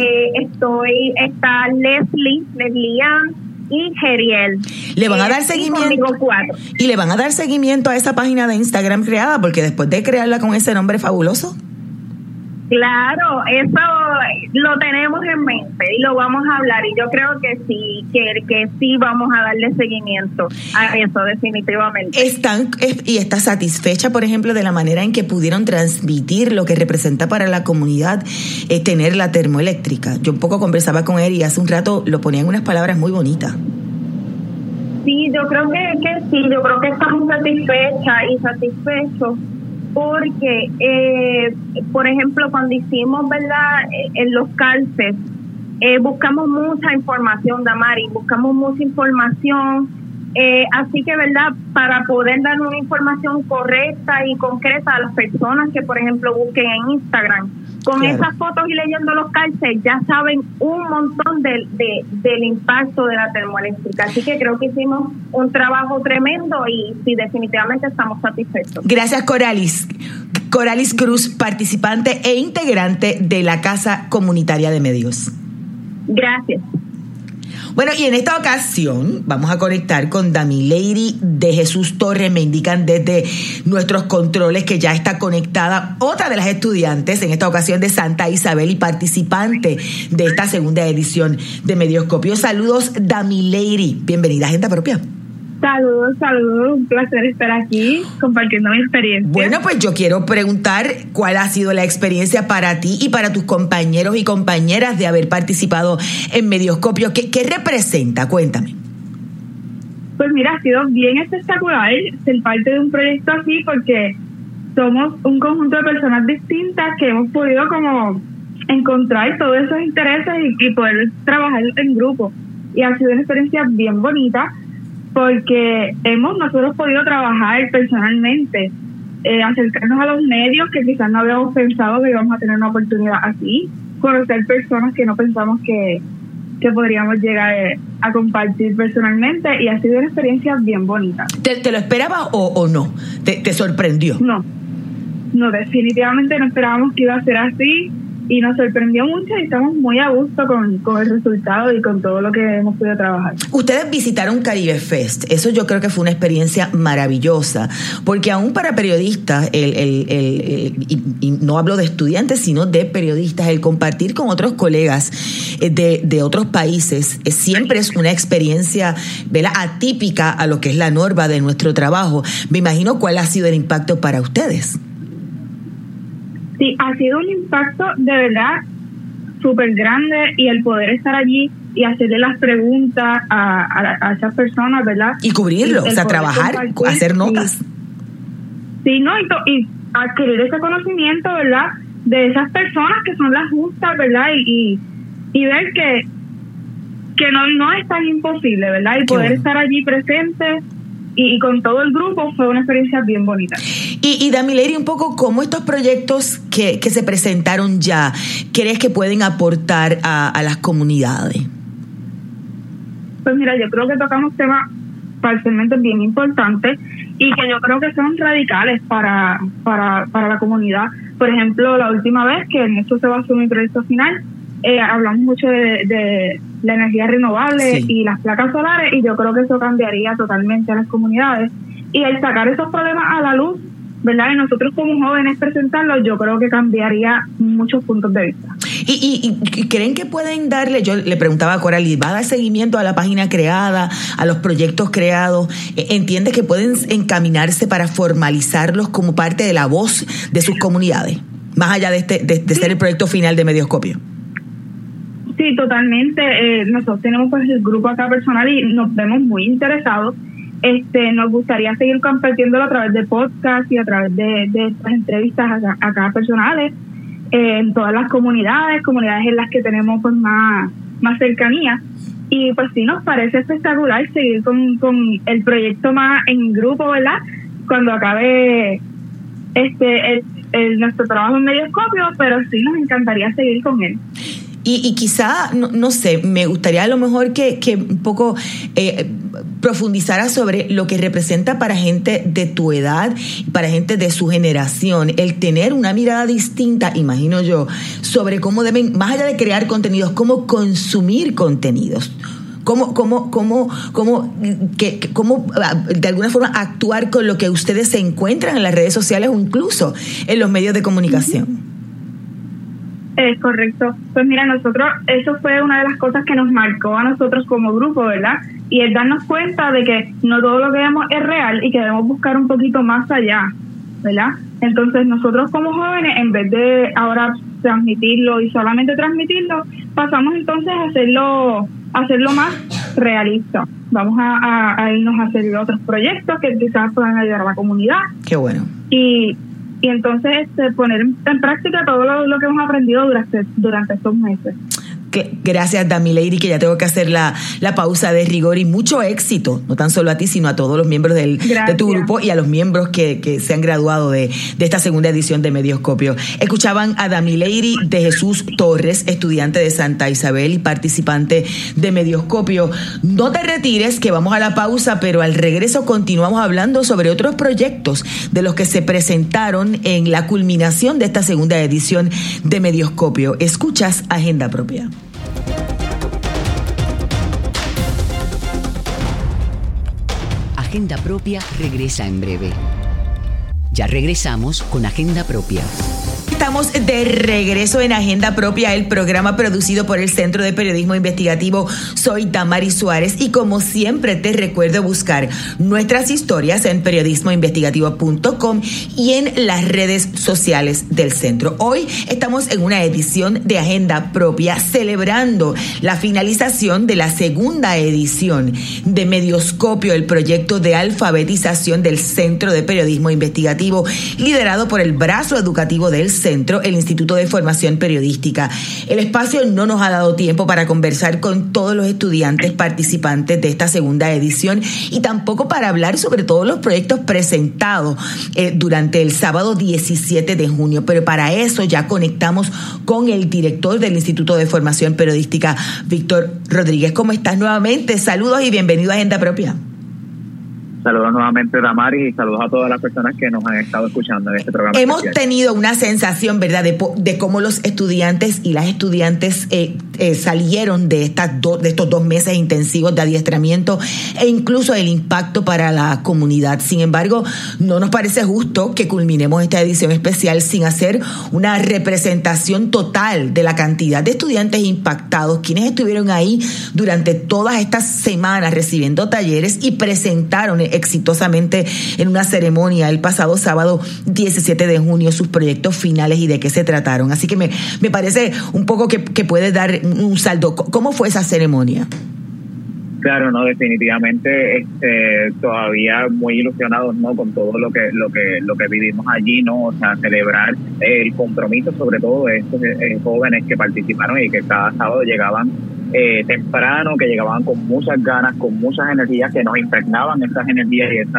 está Leslie Ann y Geriel. ¿Le van a dar seguimiento? ¿Y le van a dar seguimiento a esa página de Instagram creada? Porque después de crearla con ese nombre fabuloso. Claro, eso lo tenemos en mente y lo vamos a hablar, y yo creo que sí, que sí vamos a darle seguimiento a eso definitivamente. ¿Estás satisfecha, por ejemplo, de la manera en que pudieron transmitir lo que representa para la comunidad tener la termoeléctrica? Yo un poco conversaba con él y hace un rato lo ponía en unas palabras muy bonitas. Sí, yo creo que sí, yo creo que estamos satisfechas y satisfechos. Porque, por ejemplo, cuando hicimos, ¿verdad?, en los calces, buscamos mucha información, Damari, así que, ¿verdad?, para poder dar una información correcta y concreta a las personas que, por ejemplo, busquen en Instagram. Con esas fotos y leyendo los calces ya saben un montón del impacto de la termoeléctrica. Así que creo que hicimos un trabajo tremendo y sí, definitivamente estamos satisfechos. Gracias, Coralis. Coralis Cruz, participante e integrante de la Casa Comunitaria de Medios. Gracias. Bueno, y en esta ocasión vamos a conectar con Damileiri de Jesús Torres. Me indican desde nuestros controles que ya está conectada otra de las estudiantes, en esta ocasión de Santa Isabel y participante de esta segunda edición de Medioscopio. Saludos, Damileiri. Bienvenida a Agenda Propia. Saludos, un placer estar aquí compartiendo mi experiencia. Bueno, pues yo quiero preguntar cuál ha sido la experiencia para ti y para tus compañeros y compañeras de haber participado en Medioscopio. ¿Qué representa? Cuéntame. Pues mira, ha sido bien espectacular ser parte de un proyecto así porque somos un conjunto de personas distintas que hemos podido como encontrar todos esos intereses y poder trabajar en grupo. Y ha sido una experiencia bien bonita, porque nosotros podido trabajar personalmente, acercarnos a los medios que quizás no habíamos pensado que íbamos a tener una oportunidad así, conocer personas que no pensamos que podríamos llegar a compartir personalmente, y ha sido una experiencia bien bonita. ¿Te lo esperabas o no? ¿Te sorprendió? No, definitivamente no esperábamos que iba a ser así. Y nos sorprendió mucho y estamos muy a gusto con el resultado y con todo lo que hemos podido trabajar. Ustedes visitaron Caribe Fest. Eso yo creo que fue una experiencia maravillosa, porque aún para periodistas, y no hablo de estudiantes, sino de periodistas, el compartir con otros colegas de otros países siempre es una experiencia, ¿verdad?, atípica a lo que es la norma de nuestro trabajo. Me imagino cuál ha sido el impacto para ustedes. Sí, ha sido un impacto de verdad súper grande, y el poder estar allí y hacerle las preguntas a esas personas, ¿verdad? Y cubrirlo, o sea, trabajar, hacer notas. Sí, ¿no? Y adquirir ese conocimiento, ¿verdad?, de esas personas que son las justas, ¿verdad? Y ver que no es tan imposible, ¿verdad? Y poder estar allí presente y con todo el grupo fue una experiencia bien bonita. Y Damileiri, un poco cómo estos proyectos que se presentaron ya, ¿crees que pueden aportar a las comunidades? Pues mira, yo creo que tocamos temas parcialmente bien importantes y que yo creo que son radicales para la comunidad. Por ejemplo, la última vez que en esto se basó mi proyecto final, hablamos mucho de la energía renovable, sí, y las placas solares, y yo creo que eso cambiaría totalmente a las comunidades. Y el sacar esos problemas a la luz, ¿verdad?, y nosotros como jóvenes presentarlos, yo creo que cambiaría muchos puntos de vista. ¿Y creen que pueden darle, yo le preguntaba a Coralie, ¿va a dar seguimiento a la página creada, a los proyectos creados? ¿Entiendes que pueden encaminarse para formalizarlos como parte de la voz de sus comunidades, más allá de ser el proyecto final de Medioscopio? Sí, totalmente. Nosotros tenemos pues el grupo acá personal y nos vemos muy interesados. Nos gustaría seguir compartiéndolo a través de podcast y a través de estas entrevistas acá personales en todas las comunidades en las que tenemos pues más cercanía. Y pues sí, nos parece espectacular seguir con el proyecto más en grupo, ¿verdad?, cuando acabe nuestro trabajo en Medioscopio, pero sí nos encantaría seguir con él. Y quizá, no sé, me gustaría a lo mejor que un poco profundizara sobre lo que representa para gente de tu edad, para gente de su generación, el tener una mirada distinta, imagino yo, sobre cómo deben, más allá de crear contenidos, cómo consumir contenidos. Cómo de alguna forma actuar con lo que ustedes se encuentran en las redes sociales o incluso en los medios de comunicación. Es correcto. Pues mira, eso fue una de las cosas que nos marcó a nosotros como grupo, ¿verdad? Y es darnos cuenta de que no todo lo que vemos es real y que debemos buscar un poquito más allá, ¿verdad? Entonces nosotros como jóvenes, en vez de ahora transmitirlo y solamente transmitirlo, pasamos entonces a hacerlo más realista. Vamos a irnos a hacer otros proyectos que quizás puedan ayudar a la comunidad. Qué bueno. Y entonces poner en práctica todo lo que hemos aprendido durante estos meses. Gracias, Damileiri, que ya tengo que hacer la pausa de rigor, y mucho éxito, no tan solo a ti, sino a todos los miembros de tu grupo y a los miembros que se han graduado de esta segunda edición de Medioscopio. Escuchaban a Damileiri de Jesús Torres, estudiante de Santa Isabel y participante de Medioscopio. No te retires, que vamos a la pausa, pero al regreso continuamos hablando sobre otros proyectos de los que se presentaron en la culminación de esta segunda edición de Medioscopio. Escuchas Agenda Propia. Agenda Propia regresa en breve. Ya regresamos con Agenda Propia. Estamos de regreso en Agenda Propia, el programa producido por el Centro de Periodismo Investigativo. Soy Damaris Suárez y como siempre te recuerdo buscar nuestras historias en periodismoinvestigativo.com y en las redes sociales del centro. Hoy estamos en una edición de Agenda Propia celebrando la finalización de la segunda edición de Medioscopio, el proyecto de alfabetización del Centro de Periodismo Investigativo, liderado por el brazo educativo del centro, el Instituto de Formación Periodística. El espacio no nos ha dado tiempo para conversar con todos los estudiantes participantes de esta segunda edición y tampoco para hablar sobre todos los proyectos presentados durante el sábado 17 de junio. Pero para eso ya conectamos con el director del Instituto de Formación Periodística, Víctor Rodríguez. ¿Cómo estás nuevamente? Saludos y bienvenido a Agenda Propia. Saludos nuevamente, Damaris, y saludos a todas las personas que nos han estado escuchando en este programa. Hemos tenido una sensación, ¿verdad?, de cómo los estudiantes y las estudiantes salieron de estos 2 meses intensivos de adiestramiento e incluso el impacto para la comunidad. Sin embargo, no nos parece justo que culminemos esta edición especial sin hacer una representación total de la cantidad de estudiantes impactados, quienes estuvieron ahí durante todas estas semanas recibiendo talleres y presentaron exitosamente en una ceremonia el pasado sábado 17 de junio sus proyectos finales y de qué se trataron. Así que me parece un poco que puede dar un saldo. ¿Cómo fue esa ceremonia? Claro, no, definitivamente todavía muy ilusionados, ¿no?, con todo lo que vivimos allí, ¿no? O sea, celebrar el compromiso sobre todo de estos jóvenes que participaron y que cada sábado llegaban temprano, que llegaban con muchas ganas, con muchas energías, que nos impregnaban esas energías y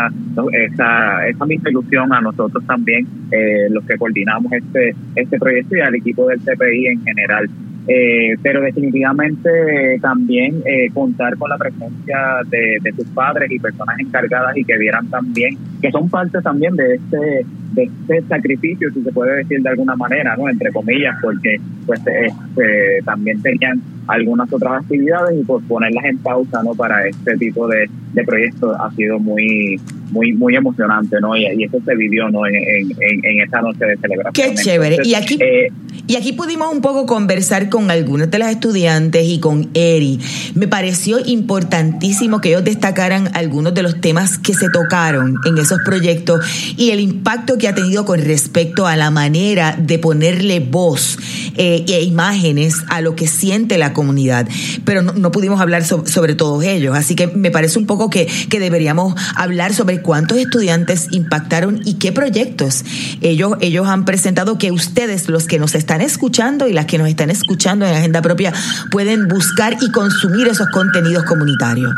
esa misma ilusión a nosotros también, los que coordinamos este proyecto y al equipo del CPI en general. Pero definitivamente también contar con la presencia de sus padres y personas encargadas y que vieran también, que son parte también de este sacrificio, si se puede decir de alguna manera, ¿no?, entre comillas, porque pues también tenían algunas otras actividades y pues ponerlas en pausa, ¿no?, para este tipo de proyectos ha sido muy emocionante, ¿no? Y eso se vivió, ¿no?, en esta noche de celebración. Qué chévere. Entonces, y aquí pudimos un poco conversar con algunos de las estudiantes y con Eri. Me pareció importantísimo que ellos destacaran algunos de los temas que se tocaron en esos proyectos y el impacto que ha tenido con respecto a la manera de ponerle voz e imágenes a lo que siente la comunidad. Pero no pudimos hablar sobre todos ellos. Así que me parece un poco que deberíamos hablar sobre cuántos estudiantes impactaron y qué proyectos ellos han presentado, que ustedes, los que nos están escuchando y las que nos están escuchando en Agenda Propia, pueden buscar y consumir esos contenidos comunitarios.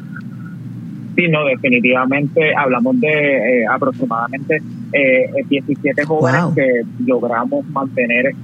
Sí, no, definitivamente hablamos de aproximadamente 17 jóvenes que logramos mantener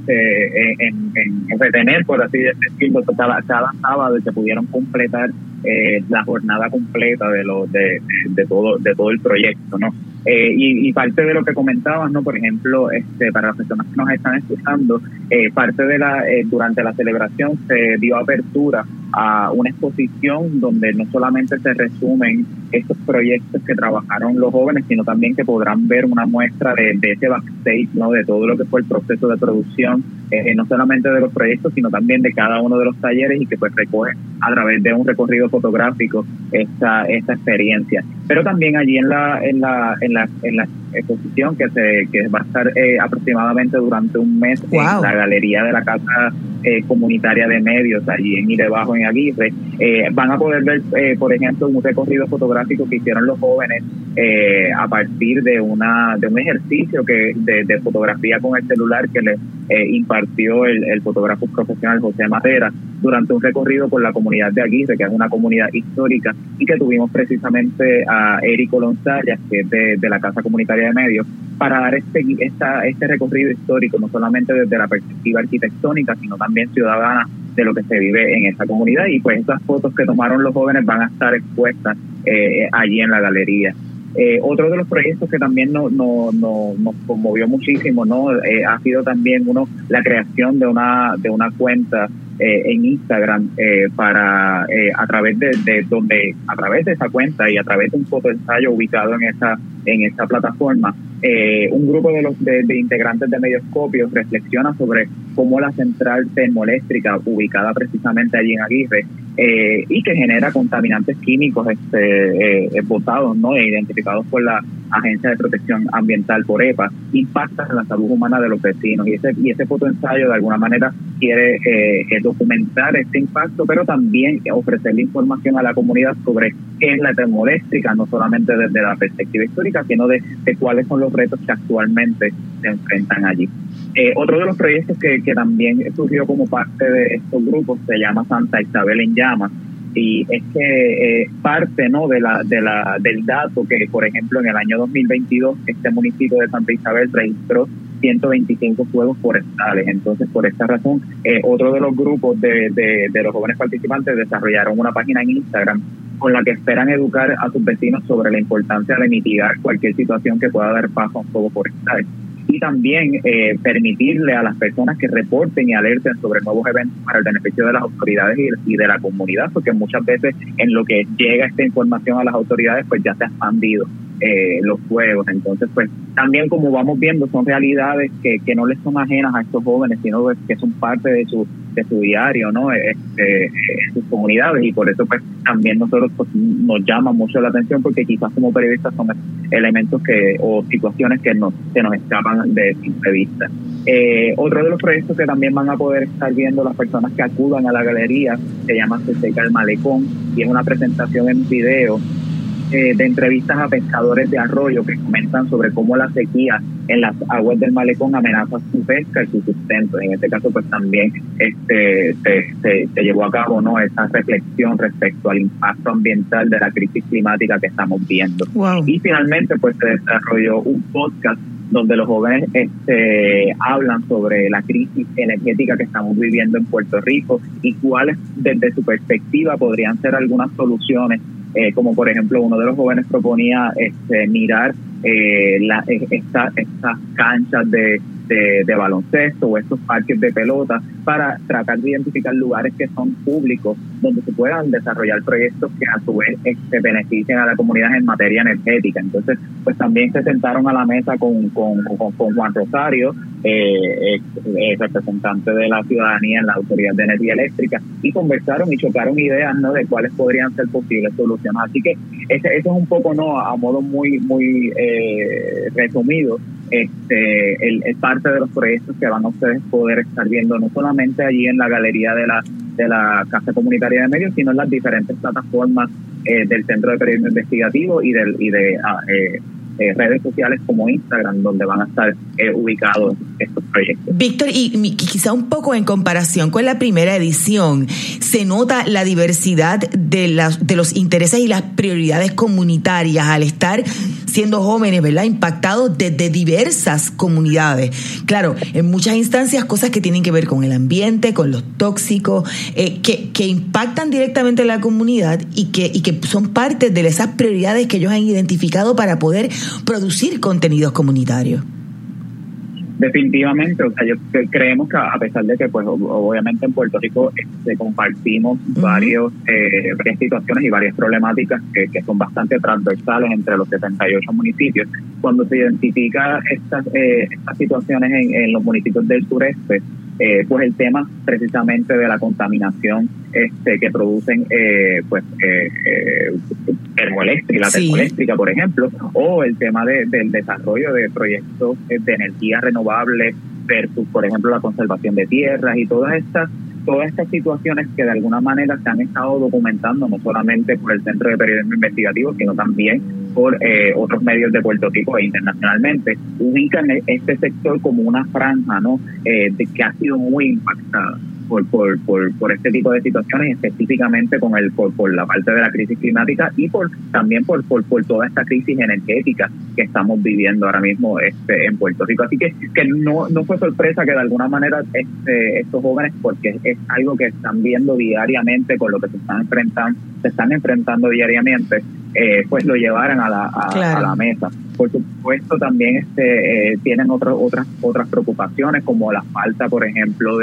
en retener, por así decirlo, cada sábado, que pudieron completar la jornada completa de todo el proyecto, ¿no? Y parte de lo que comentabas, ¿no?, por ejemplo, para las personas que nos están escuchando, parte de durante la celebración se dio apertura a una exposición donde no solamente se resumen estos proyectos que trabajaron los jóvenes, sino también que podrán ver una muestra de ese backstage, ¿no?, de todo lo que fue el proceso de producción, no solamente de los proyectos, sino también de cada uno de los talleres, y que pues recoge a través de un recorrido fotográfico esta experiencia. Pero también allí en la exposición que va a estar aproximadamente durante un mes en la galería de la Casa Comunitaria de Medios, allí en Irebajo, en Aguirre, van a poder ver, por ejemplo, un recorrido fotográfico que hicieron los jóvenes a partir de un ejercicio de fotografía con el celular que les impartió el fotógrafo profesional José Matera durante un recorrido por la comunidad de Aguirre, que es una comunidad histórica, y que tuvimos precisamente a Érico Lonzayas, que es de la Casa Comunitaria de Medios, para dar este recorrido histórico, no solamente desde la perspectiva arquitectónica, sino también ciudadana, de lo que se vive en esa comunidad. Y pues esas fotos que tomaron los jóvenes van a estar expuestas allí en la galería. Otro de los proyectos que también nos conmovió muchísimo, ¿no?, ha sido también la creación de una cuenta en Instagram para a través de esa cuenta y a través de un fotoensayo ubicado en esa plataforma. Un grupo de integrantes de Medioscopio reflexiona sobre cómo la central termoeléctrica ubicada precisamente allí en Aguirre y que genera contaminantes químicos botados, ¿no?, e identificados por la Agencia de Protección Ambiental, por EPA, impacta en la salud humana de los vecinos, y ese fotoensayo de alguna manera quiere documentar este impacto, pero también ofrecerle información a la comunidad sobre qué es la termoeléctrica, no solamente desde la perspectiva histórica, sino de cuáles son los retos que actualmente se enfrentan allí. Otro de los proyectos que también surgió como parte de estos grupos se llama Santa Isabel en Llamas, y es que parte, ¿no?, del dato que, por ejemplo, en el año 2022 este municipio de Santa Isabel registró 125 fuegos forestales. Entonces, por esta razón, otro de los grupos de los jóvenes participantes desarrollaron una página en Instagram con la que esperan educar a sus vecinos sobre la importancia de mitigar cualquier situación que pueda dar paso a un fuego forestal. Y también permitirle a las personas que reporten y alerten sobre nuevos eventos para el beneficio de las autoridades y de la comunidad, porque muchas veces en lo que llega esta información a las autoridades, pues ya se ha expandido los fuegos. Entonces, pues también, como vamos viendo, son realidades que no les son ajenas a estos jóvenes, sino que son parte de su diario, ¿no?, en sus comunidades, y por eso pues también nosotros pues, nos llama mucho la atención, porque quizás como periodistas son elementos o situaciones que se nos escapan de simple vista. Otro de los proyectos que también van a poder estar viendo las personas que acudan a la galería se llama Se Seca el Malecón, y es una presentación en video de entrevistas a pescadores de arroyo que comentan sobre cómo la sequía en las aguas del malecón amenaza su pesca y su sustento. En este caso, pues también se llevó a cabo, ¿no?, esa reflexión respecto al impacto ambiental de la crisis climática que estamos viendo. Wow. Y finalmente, pues se desarrolló un podcast donde los jóvenes hablan sobre la crisis energética que estamos viviendo en Puerto Rico y cuáles, desde su perspectiva, podrían ser algunas soluciones. Como por ejemplo, uno de los jóvenes proponía mirar estas canchas de baloncesto o estos parques de pelota para tratar de identificar lugares que son públicos donde se puedan desarrollar proyectos que a su vez beneficien a la comunidad en materia energética. Entonces, pues también se sentaron a la mesa con Juan Rosario, representante de la ciudadanía en la Autoridad de Energía Eléctrica, y conversaron y chocaron ideas, ¿no?, de cuáles podrían ser posibles soluciones. Así que eso es un poco, ¿no?, a modo muy resumido, es parte de los proyectos que van a ustedes poder estar viendo, no solamente allí en la galería de la Casa Comunitaria de Medios, sino en las diferentes plataformas del Centro de Periodismo Investigativo y de redes sociales como Instagram, donde van a estar ubicados estos proyectos. Víctor, y quizá un poco en comparación con la primera edición, se nota la diversidad de los intereses y las prioridades comunitarias al estar siendo jóvenes, ¿verdad?, impactados desde diversas comunidades. Claro, en muchas instancias cosas que tienen que ver con el ambiente, con los tóxicos, que impactan directamente a la comunidad y que son parte de esas prioridades que ellos han identificado para poder producir contenidos comunitarios. Definitivamente, o sea, creemos que a pesar de que pues obviamente en Puerto Rico compartimos varias situaciones y varias problemáticas que son bastante transversales entre los 78 municipios, cuando se identifica estas situaciones en los municipios del sureste, pues el tema precisamente de la contaminación que producen termoeléctrica, por ejemplo, o el tema del desarrollo de proyectos de energía renovable versus, por ejemplo, la conservación de tierras y todas estas situaciones que de alguna manera se han estado documentando no solamente por el Centro de Periodismo Investigativo, sino también por otros medios de Puerto Rico e internacionalmente, ubican este sector como una franja, ¿no?, que ha sido muy impactada por este tipo de situaciones, específicamente por la parte de la crisis climática y también por toda esta crisis energética que estamos viviendo ahora mismo en Puerto Rico. Así que no fue sorpresa que de alguna manera estos jóvenes, porque es algo que están viendo diariamente, con lo que se están enfrentando diariamente, pues lo llevaran a la mesa. Por supuesto, también tienen otras preocupaciones, como la falta, por ejemplo, de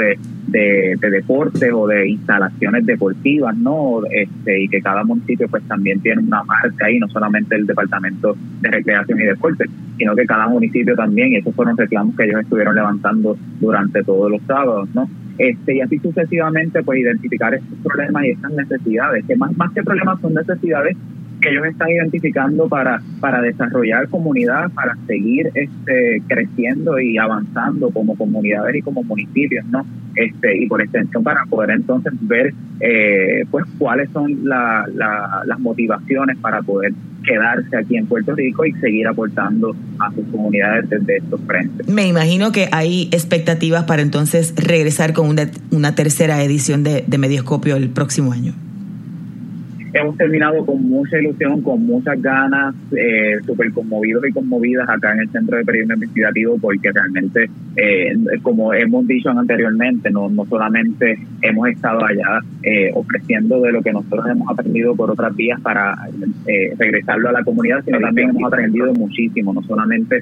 deportes o de instalaciones deportivas, ¿no? Y que cada municipio pues también tiene una marca ahí, no solamente el Departamento de Recreación y Deportes, sino que cada municipio también, y esos fueron reclamos que ellos estuvieron levantando durante todos los sábados, ¿no? Y así sucesivamente, pues identificar estos problemas y estas necesidades, que más que problemas son necesidades que ellos están identificando para desarrollar comunidad, para seguir creciendo y avanzando como comunidades y como municipios, ¿no? Y por extensión para poder entonces ver pues cuáles son las motivaciones para poder quedarse aquí en Puerto Rico y seguir aportando a sus comunidades desde estos frentes. Me imagino que hay expectativas para entonces regresar con una tercera edición de Medioscopio el próximo año. Hemos terminado con mucha ilusión, con muchas ganas, súper conmovidos y conmovidas acá en el Centro de Periodismo Investigativo, porque realmente, como hemos dicho anteriormente, no solamente hemos estado allá ofreciendo de lo que nosotros hemos aprendido por otras vías para regresarlo a la comunidad, sino también hemos aprendido muchísimo, no solamente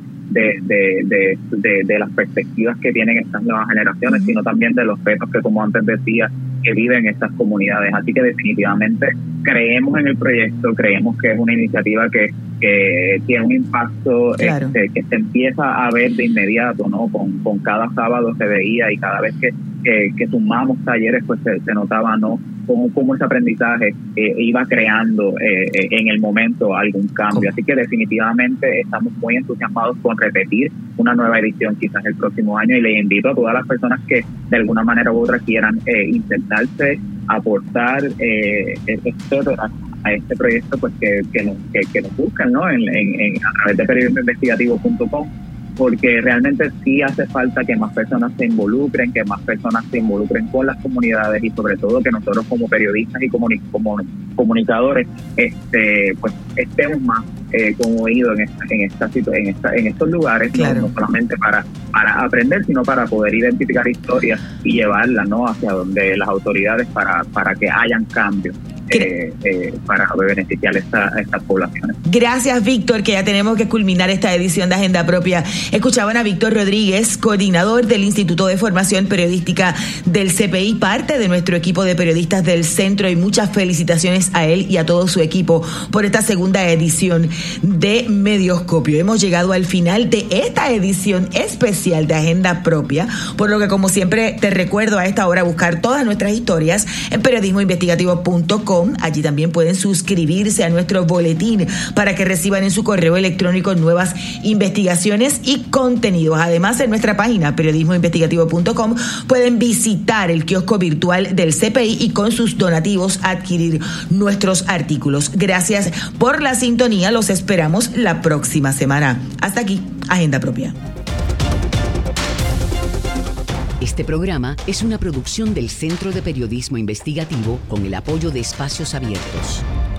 de las perspectivas que tienen estas nuevas generaciones, sino también de los retos que, como antes decía, que viven estas comunidades. Así que definitivamente creemos en el proyecto, creemos que es una iniciativa que tiene un impacto, claro, que se empieza a ver de inmediato, ¿no? Con cada sábado se veía, y cada vez que sumamos talleres, pues se notaba, ¿no? Cómo ese aprendizaje iba creando en el momento algún cambio. Así que definitivamente estamos muy entusiasmados con repetir una nueva edición quizás el próximo año, y les invito a todas las personas que de alguna manera u otra quieran intentarse aportar etcétera a este proyecto, pues que nos buscan, ¿no? A través de periodismoinvestigativo.com, porque realmente sí hace falta que más personas se involucren, con las comunidades, y sobre todo que nosotros como periodistas y como comunicadores pues estemos más como oídos en estos lugares, claro, no solamente para aprender, sino para poder identificar historias y llevarlas, ¿no? Hacia donde las autoridades para que hayan cambios. Para beneficiar a estas poblaciones. Gracias, Víctor, que ya tenemos que culminar esta edición de Agenda Propia. Escuchaban a Víctor Rodríguez, coordinador del Instituto de Formación Periodística del CPI, parte de nuestro equipo de periodistas del centro, y muchas felicitaciones a él y a todo su equipo por esta segunda edición de Medioscopio. Hemos llegado al final de esta edición especial de Agenda Propia, por lo que, como siempre, te recuerdo a esta hora buscar todas nuestras historias en periodismoinvestigativo.com. Allí también pueden suscribirse a nuestro boletín para que reciban en su correo electrónico nuevas investigaciones y contenidos. Además, en nuestra página periodismoinvestigativo.com pueden visitar el kiosco virtual del CPI y con sus donativos adquirir nuestros artículos. Gracias por la sintonía. Los esperamos la próxima semana. Hasta aquí, Agenda Propia. Este programa es una producción del Centro de Periodismo Investigativo con el apoyo de Espacios Abiertos.